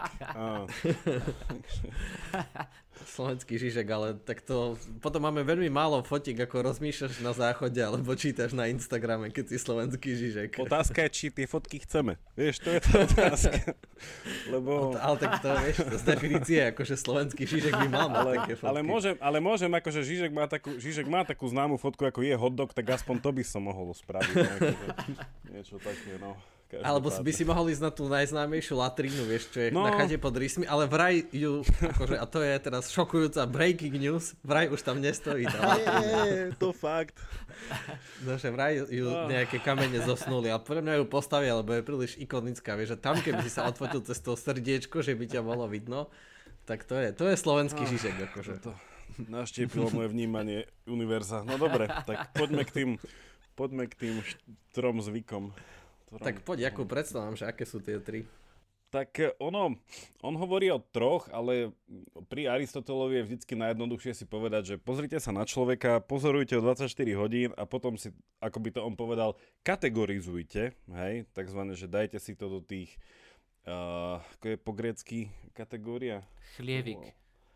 Slovenský Žižek, ale tak to... Potom máme veľmi málo fotiek, ako rozmýšľaš na záchode, alebo čítaš na Instagrame, keď si slovenský Žižek. Otázka je, či tie fotky chceme. Vieš, to je tá otázka. Lebo... Ale tak to, vieš, to z definície, akože slovenský Žižek by mal mať také fotky. Ale môžem, akože Žižek má takú známu fotku, ako je hotdog, tak aspoň to by som mohol spraviť. Niečo také, no. Alebo by si mohol ísť na tú najznámejšiu latrínu, vieš, čo je na chate pod rysmi, ale vraj ju, akože, a to je teraz šokujúca breaking news, vraj už tam nestojí tá latrína. Nie, to fakt. No, že vraj ju nejaké kamene zosnuli, ale podľa mňa ju postavia, lebo je príliš ikonická, vieš, že tam, keby si sa odfotil cez to srdiečko, že by ťa bolo vidno, tak to je slovenský Žižek, akože. To naštiepilo moje vnímanie univerza. No dobre, tak poďme k tým 3 zvykom. Tak poď, Jakub, predstavám, že aké sú tie 3. Tak on hovorí o 3, ale pri Aristotelovi je vždycky najjednoduchšie si povedať, že pozrite sa na človeka, pozorujte ho 24 hodín a potom si, ako by to on povedal, kategorizujte, hej, takzvané, že dajte si to do tých, ako je po grécky kategória? Chlievik.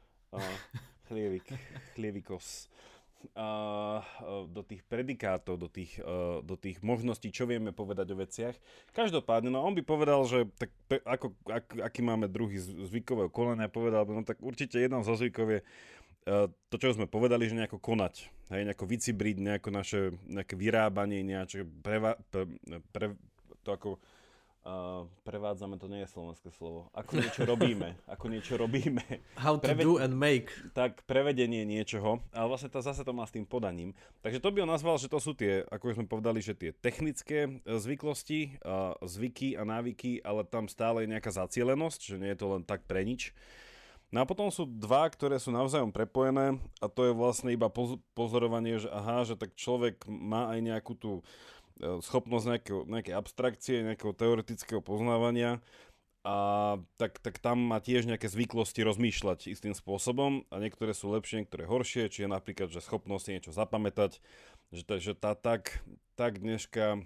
Chlievikos. Do tých predikátov, do tých možností, čo vieme povedať o veciach. Každopádne, no on by povedal, že tak, aký máme druhý zvykového konania, povedal by, no tak určite jeden zo zvykov je to, čo sme povedali, že nejako konať, hej, nejako vycibriť, nejaké vyrábanie, prevádzame, to nie je slovenské slovo. Ako niečo robíme. How to do and make. Tak, prevedenie niečoho, ale vlastne zase to má s tým podaním. Takže to by on nazval, že to sú tie, ako sme povedali, že tie technické zvyklosti, zvyky a návyky, ale tam stále je nejaká zacielenosť, že nie je to len tak pre nič. No a potom sú 2, ktoré sú navzájom prepojené a to je vlastne iba pozorovanie, že že tak človek má aj nejakú tú schopnosť nejakej abstrakcie, nejakého teoretického poznávania a tak tam má tiež nejaké zvyklosti rozmýšľať istým spôsobom a niektoré sú lepšie, niektoré horšie, čiže napríklad, že schopnosť si niečo zapamätať, že tá tak dneška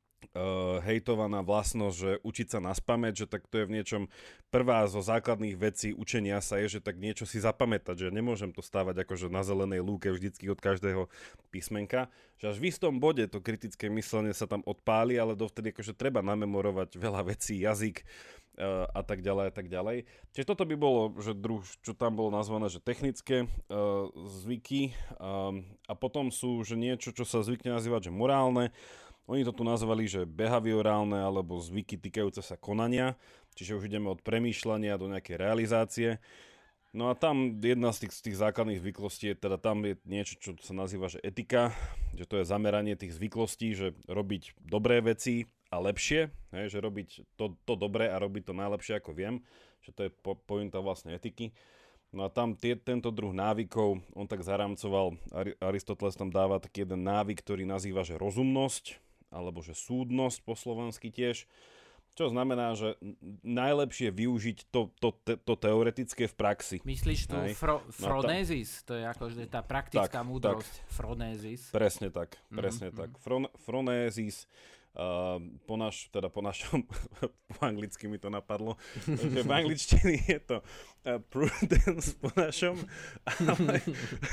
hejtovaná vlastnosť, že učiť sa naspamäť, že tak to je v niečom prvá zo základných vecí učenia sa je, že tak niečo si zapamätať, že nemôžem to stávať akože na zelenej lúke vždycky od každého písmenka, že až v istom bode to kritické myslenie sa tam odpáli, ale dovtedy akože treba namemorovať veľa vecí, jazyk a tak ďalej. Čiže toto by bolo, že čo tam bolo nazvané, že technické zvyky a potom sú, že niečo, čo sa zvykne nazývať, že morálne. Oni to tu nazvali, že behaviorálne alebo zvyky týkajúce sa konania, čiže už ideme od premýšľania do nejakej realizácie. No a tam jedna z tých základných zvyklostí je, teda tam je niečo, čo sa nazýva, že etika, že to je zameranie tých zvyklostí, že robiť dobré veci a lepšie, hej, že robiť to dobré a robiť to najlepšie, ako viem, že to je pointa vlastne etiky. No a tam tento druh návykov, on tak zaramcoval, Aristoteles tam dáva taký jeden návyk, ktorý nazýva, že rozumnosť, alebo že súdnosť po slovensky tiež, čo znamená, že najlepšie využiť to teoretické v praxi. Myslíš tu phronesis? To je akože tá praktická múdrosť. Phronesis. Presne tak. Phronesis po našom, po anglicky mi to napadlo, že v angličtine je to prudence po našom, ale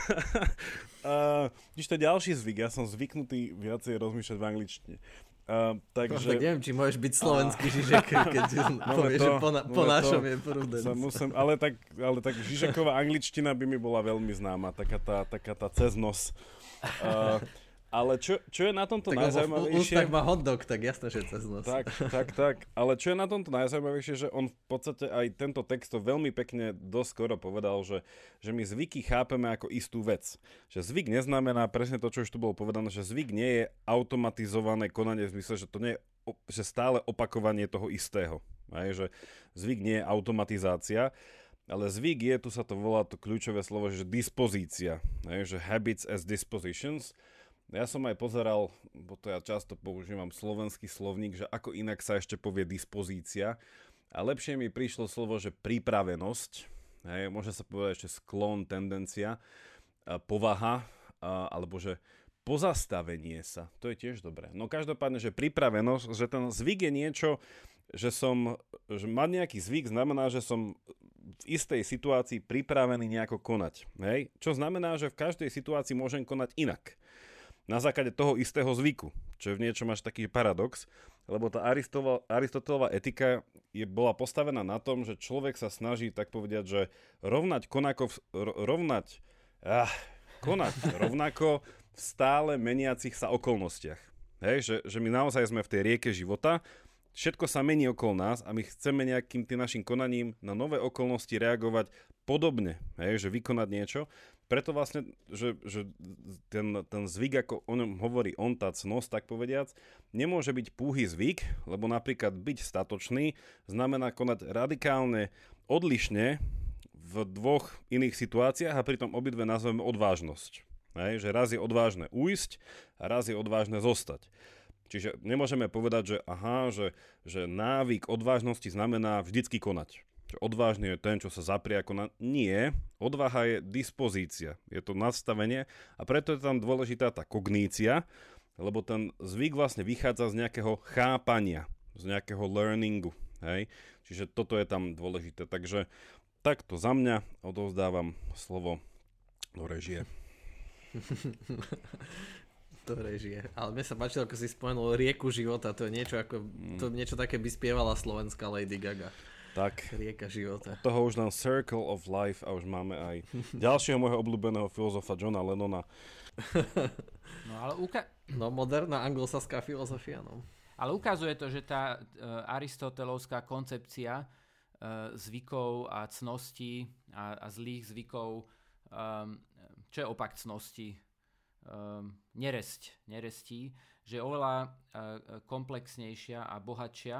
to je ďalší zvyk, ja som zvyknutý viacej rozmýšľať v angličtine. Takže... Tak neviem, či môžeš byť slovenský Žižek, keď povieš, že po našom je prudence. Ale tak Žižeková angličtina by mi bola veľmi známa, taká tá cez nos. Ale čo je na tomto najzaujímavejšie... Tak má hotdog, tak jasné, že cez nos. Tak. Ale čo je na tomto najzaujímavejšie, že on v podstate aj tento text to veľmi pekne doskoro povedal, že my zvyky chápeme ako istú vec. Že zvyk neznamená presne to, čo už tu bolo povedané, že zvyk nie je automatizované konanie v zmysle, že to nie je že stále opakovanie toho istého. Aj, že zvyk nie je automatizácia, ale zvyk je, tu sa to volá to kľúčové slovo, že dispozícia. Aj, že habits as dispositions. Ja som aj pozeral, bo to ja často používam slovenský slovník, že ako inak sa ešte povie dispozícia. A lepšie mi prišlo slovo, že pripravenosť. Hej, môže sa povedať ešte sklon, tendencia, povaha, alebo že pozastavenie sa. To je tiež dobré. No každopádne, že pripravenosť, že ten zvyk je niečo, že mať nejaký zvyk znamená, že som v istej situácii pripravený nejako konať. Hej? Čo znamená, že v každej situácii môžem konať inak. Na základe toho istého zvyku, čo je v niečom až taký paradox, lebo tá Aristotelová etika bola postavená na tom, že človek sa snaží, tak povedať, že konať rovnako v stále meniacich sa okolnostiach. Hej, že my naozaj sme v tej rieke života, všetko sa mení okolo nás a my chceme nejakým tým našim konaním na nové okolnosti reagovať podobne, hej, že vykonať niečo. Preto vlastne, že ten zvyk, ako o ňom hovorí on, tá cnosť, tak povediac, nemôže byť púhý zvyk, lebo napríklad byť statočný znamená konať radikálne odlišne v dvoch iných situáciách a pritom obidve nazveme odvážnosť. Hej, že raz je odvážne ujsť a raz je odvážne zostať. Čiže nemôžeme povedať, že návyk odvážnosti znamená vždycky konať. Že odvážny je ten, čo sa zaprie ako Nie, odvaha je dispozícia, je to nastavenie a preto je tam dôležitá tá kognícia, lebo ten zvyk vlastne vychádza z nejakého chápania, z nejakého learningu. Hej? Čiže toto je tam dôležité. Takže takto za mňa odovzdávam slovo do režie. Do režie. Ale mne sa páčilo, ako si spomenul rieku života, to je niečo ako, to niečo také by spievala slovenská Lady Gaga. Tak. Rieka života. Toho už nám Circle of Life a už máme aj ďalšieho môjho obľúbeného filozofa Johna Lennona. No ale moderná anglosaská filozofia, no. Ale ukazuje to, že tá aristotelovská koncepcia zvykov a cností a zlých zvykov, čo je opak cnosti, nerestí, že je oveľa komplexnejšia a bohatšia.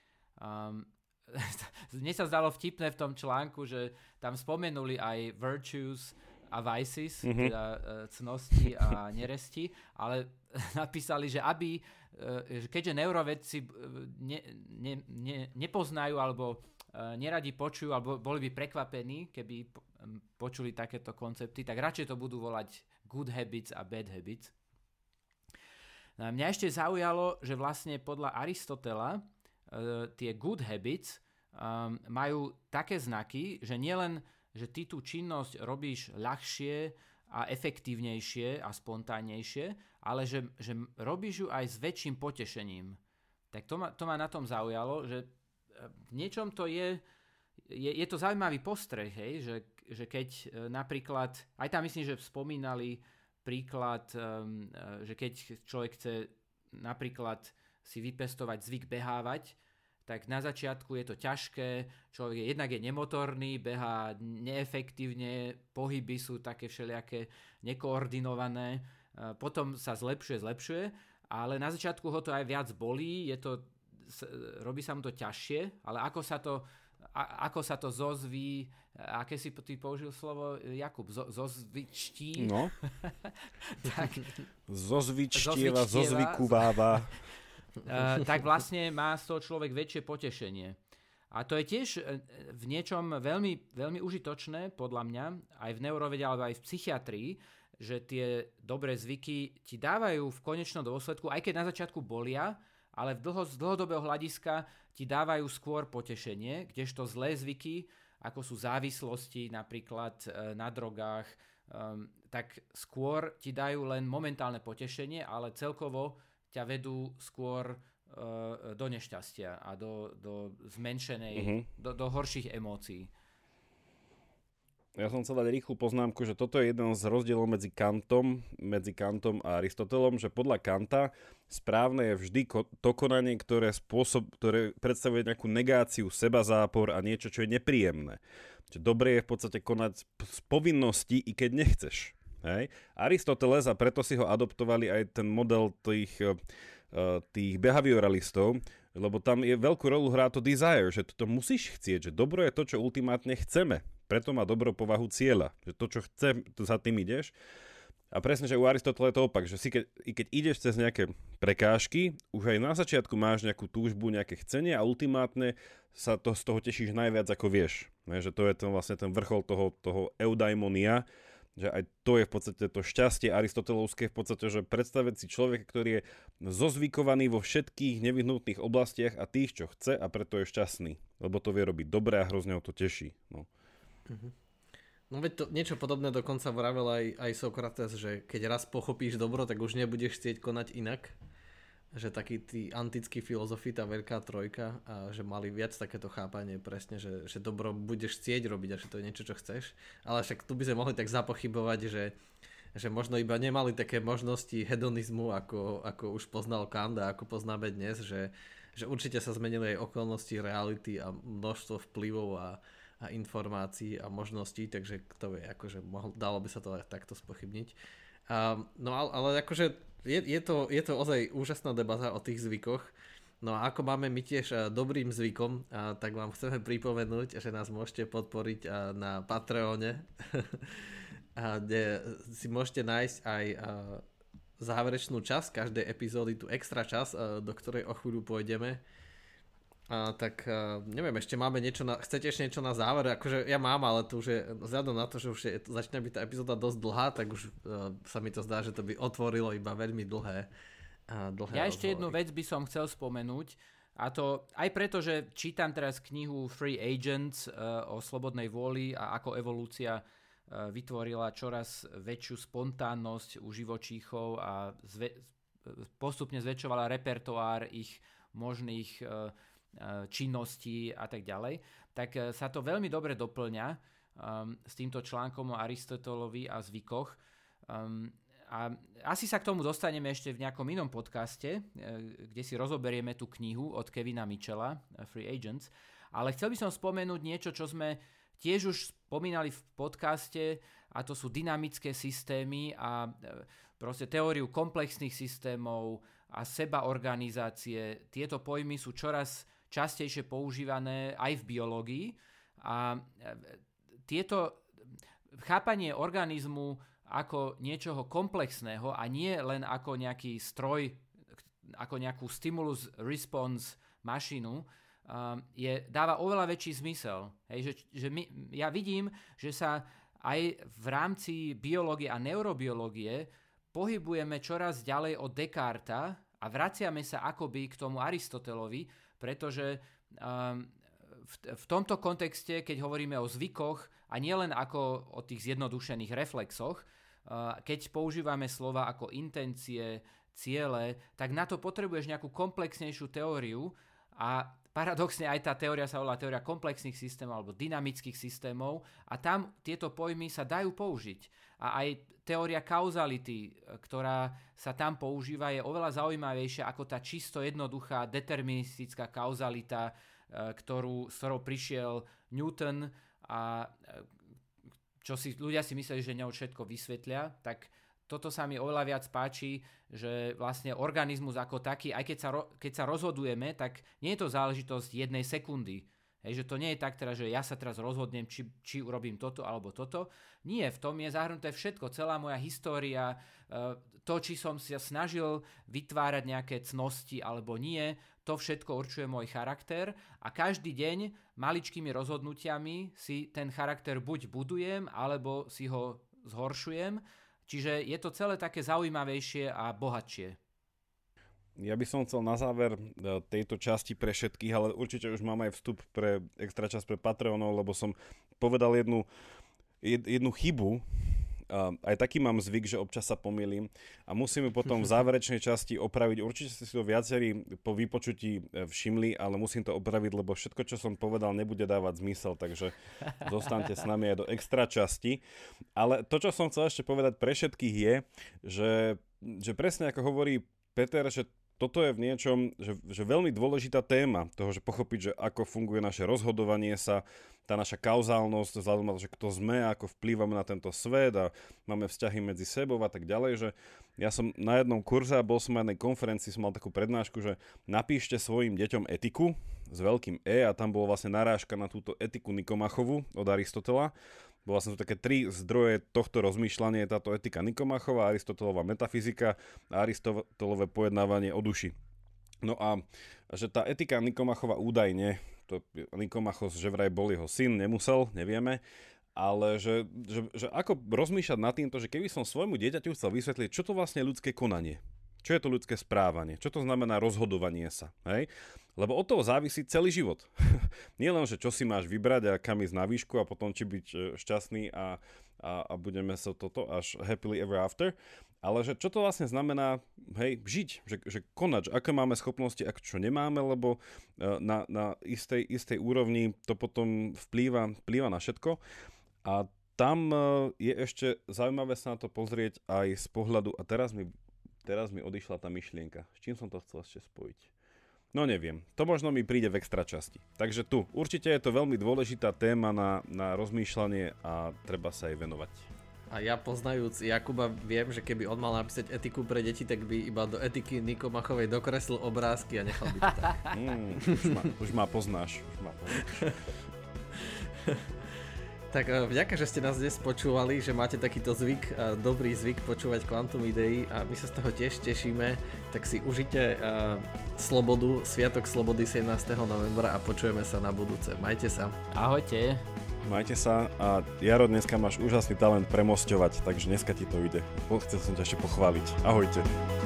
Mne sa zdalo vtipné v tom článku, že tam spomenuli aj virtues a vices, teda cnosti a neresti, ale napísali, že keďže neurovedci nepoznajú alebo neradi počujú, alebo boli by prekvapení, keby počuli takéto koncepty, tak radšej to budú volať good habits a bad habits. Mňa ešte zaujalo, že vlastne podľa Aristotela tie good habits majú také znaky, že nielen, že ty tú činnosť robíš ľahšie a efektívnejšie a spontánnejšie, ale že robíš ju aj s väčším potešením. Tak to ma na tom zaujalo, že v niečom to je to zaujímavý postreh, hej, že keď napríklad, aj tam myslím, že spomínali príklad, že keď človek chce napríklad si vypestovať zvyk behávať, tak na začiatku je to ťažké, človek jednak je nemotorný, behá neefektívne, pohyby sú také všelijaké nekoordinované, potom sa zlepšuje, ale na začiatku ho to aj viac bolí, robí sa mu to ťažšie, ale ako sa to zozví, aké si ty použil slovo, Jakub, zozvičtí? No. Tak. Zozvičtieva, zozvykuváva. Tak vlastne má z toho človek väčšie potešenie. A to je tiež v niečom veľmi, veľmi užitočné, podľa mňa, aj v neurovede, alebo aj v psychiatrii, že tie dobré zvyky ti dávajú v konečnom dôsledku, aj keď na začiatku bolia, ale z dlhodobého hľadiska ti dávajú skôr potešenie, kdežto zlé zvyky, ako sú závislosti napríklad na drogách, tak skôr ti dajú len momentálne potešenie, ale celkovo ťa vedú skôr do nešťastia a do zmenšenej, do horších emócií. Ja som chcel dať rýchlu poznámku, že toto je jeden z rozdielov medzi Kantom a Aristotelom, že podľa Kanta správne je vždy to konanie, ktoré predstavuje nejakú negáciu, sebazápor a niečo, čo je nepríjemné. Čiže dobre je v podstate konať z povinnosti, i keď nechceš. Hej? Aristoteles, a preto si ho adoptovali aj ten model tých behavioralistov, lebo tam je veľkú rolu hrá to desire, že to musíš chcieť, že dobro je to, čo ultimátne chceme. Preto má dobro povahu cieľa. Že to, čo chcem, to za tým ideš. A presne, že u Aristotela je to opak, že keď ideš cez nejaké prekážky, už aj na začiatku máš nejakú túžbu, nejaké chcenie a ultimátne sa z toho tešíš najviac, ako vieš. Že to je vlastne ten vrchol toho eudaimonia, že aj to je v podstate to šťastie aristotelovské v podstate, že predstaviť si človeka, ktorý je zozvykovaný vo všetkých nevyhnutných oblastiach a tých, čo chce a preto je šťastný. Lebo to vie robiť dobre a hrozne ho to teší. No. No veď to niečo podobné dokonca vravel aj Sokrates, že keď raz pochopíš dobro, tak už nebudeš chcieť konať inak. Že takí tí antickí filozofi, tá veľká trojka, a že mali viac takéto chápanie presne, že dobro budeš chcieť robiť a že to je niečo, čo chceš. Ale však tu by sme mohli tak zapochybovať, že možno iba nemali také možnosti hedonizmu, ako už poznal Kant a ako poznáme dnes, že určite sa zmenili aj okolnosti reality a množstvo vplyvov a informácií a možností, takže kto vie, akože dalo by sa to aj takto spochybniť. No ale akože je to ozaj úžasná debata o tých zvykoch. No a ako máme my tiež dobrým zvykom, tak vám chceme pripomenúť, že nás môžete podporiť na Patreone, kde si môžete nájsť aj záverečnú časť každej epizódy, tú extra časť, do ktorej o chvíľu pôjdeme. Tak neviem, ešte máme niečo chcete ešte niečo na záver? Akože ja mám, ale to už je vzhľadom na to, že už začína byť tá epizóda dosť dlhá, tak už sa mi to zdá, že to by otvorilo iba veľmi dlhé Ja ešte jednu vec by som chcel spomenúť, a to aj preto, že čítam teraz knihu Free Agents o slobodnej vôli a ako evolúcia vytvorila čoraz väčšiu spontánnosť u živočíchov a postupne zväčšovala repertoár ich možných činností a tak ďalej, tak sa to veľmi dobre doplňa s týmto článkom o Aristotelovi a zvykoch. A asi sa k tomu dostaneme ešte v nejakom inom podcaste, kde si rozoberieme tú knihu od Kevina Mitchella, Free Agents. Ale chcel by som spomenúť niečo, čo sme tiež už spomínali v podcaste, a to sú dynamické systémy a proste teóriu komplexných systémov a sebaorganizácie. Tieto pojmy sú čoraz častejšie používané aj v biológii a tieto chápanie organizmu ako niečoho komplexného a nie len ako nejaký stroj, ako nejakú stimulus response mašinu, dáva oveľa väčší zmysel. Hej, ja vidím, že sa aj v rámci biológie a neurobiológie pohybujeme čoraz ďalej od Descartesa a vraciame sa akoby k tomu Aristotelovi, pretože v tomto kontexte, keď hovoríme o zvykoch a nielen ako o tých zjednodušených reflexoch, keď používame slova ako intencie, ciele, tak na to potrebuješ nejakú komplexnejšiu teóriu a paradoxne aj tá teória sa volá teória komplexných systémov alebo dynamických systémov a tam tieto pojmy sa dajú použiť. A aj teória kauzality, ktorá sa tam používa, je oveľa zaujímavejšia ako tá čisto jednoduchá deterministická kauzalita, s ktorou prišiel Newton a ľudia si mysleli, že ňou všetko vysvetlia, tak toto sa mi oveľa viac páči, že vlastne organizmus ako taký, aj keď sa rozhodujeme, tak nie je to záležitosť jednej sekundy. Hej, že to nie je tak teda, že ja sa teraz rozhodnem, či urobím toto alebo toto. Nie, v tom je zahrnuté všetko, celá moja história, to, či som sa snažil vytvárať nejaké cnosti alebo nie, to všetko určuje môj charakter a každý deň maličkými rozhodnutiami si ten charakter buď budujem, alebo si ho zhoršujem. Čiže je to celé také zaujímavejšie a bohatšie. Ja by som chcel na záver tejto časti pre všetkých, ale určite už mám aj vstup pre extra čas pre Patreonov, lebo som povedal jednu chybu. Aj taký mám zvyk, že občas sa pomýlim a musím potom v záverečnej časti opraviť. Určite si to viacerí po vypočutí všimli, ale musím to opraviť, lebo všetko, čo som povedal, nebude dávať zmysel, takže zostaňte s nami aj do extra časti. Ale to, čo som chcel ešte povedať pre všetkých je, že presne ako hovorí Peter, že toto je v niečom, že veľmi dôležitá téma toho, že pochopiť, že ako funguje naše rozhodovanie sa, tá naša kauzálnosť, vzhľadom na to, že kto sme, ako vplývame na tento svet a máme vzťahy medzi sebou a tak ďalej, že ja som na jednom kurze a bol som na jednej konferencii, som mal takú prednášku, že napíšte svojim deťom etiku s veľkým E a tam bola vlastne narážka na túto etiku Nikomachovu od Aristotela. Bo vlastne sú také 3 zdroje tohto rozmýšľania, je táto etika Nikomachova, Aristotelová metafyzika a Aristotelové pojednávanie o duši. No a že tá etika Nikomachova údajne, to Nikomachos že vraj bol jeho syn, nemusel, nevieme, ale že ako rozmýšľať nad týmto, že keby som svojmu dieťaťu chcel vysvetliť, čo to vlastne je ľudské konanie, čo je to ľudské správanie, čo to znamená rozhodovanie sa, hej? Lebo od toho závisí celý život. Nie len, že čo si máš vybrať a kam ísť na výšku a potom či byť šťastný a budeme sa toto až happily ever after, ale že čo to vlastne znamená, hej, žiť, že konať, aké máme schopnosti, ak čo nemáme, lebo na istej úrovni to potom vplýva na všetko. A tam je ešte zaujímavé sa na to pozrieť aj z pohľadu, a teraz mi odišla tá myšlienka. S čím som to chcel ešte spojiť? No neviem, to možno mi príde v extra časti. Takže tu, určite je to veľmi dôležitá téma na rozmýšľanie a treba sa jej venovať. A ja poznajúc Jakuba viem, že keby on mal napísať etiku pre deti, tak by iba do etiky Nikomachovej dokreslil obrázky a nechal by to tak. Už ma poznáš. Tak vďaka, že ste nás dnes počúvali, že máte takýto zvyk, dobrý zvyk počúvať Quantum Idei a my sa z toho tiež tešíme, tak si užite slobodu, Sviatok slobody 17. novembra a počujeme sa na budúce. Majte sa. Ahojte. Majte sa a Jaro, dneska máš úžasný talent premosťovať, takže dneska ti to ide. Chcel som ťa ešte pochváliť. Ahojte.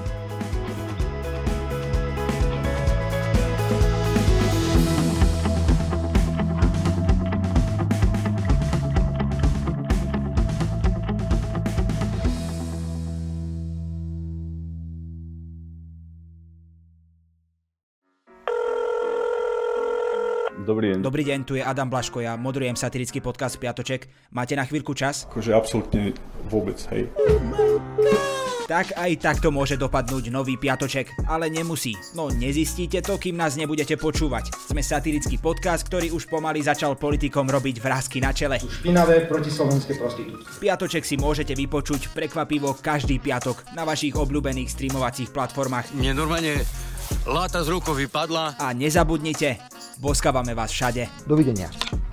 Dobrý deň, tu je Adam Blaško, ja moderujem satirický podcast Piatoček. Máte na chvíľku čas? Akože absolútne vôbec, hej. Tak aj takto môže dopadnúť nový Piatoček, ale nemusí. No nezistíte to, kým nás nebudete počúvať. Sme satirický podcast, ktorý už pomaly začal politikom robiť vrásky na čele. Špinavé protislovenské prostitútky. Piatoček si môžete vypočuť prekvapivo každý piatok na vašich obľúbených streamovacích platformách. Mne normálne láta z rukou vypadla. A nezabudnite, boskávame vás všade. Dovidenia.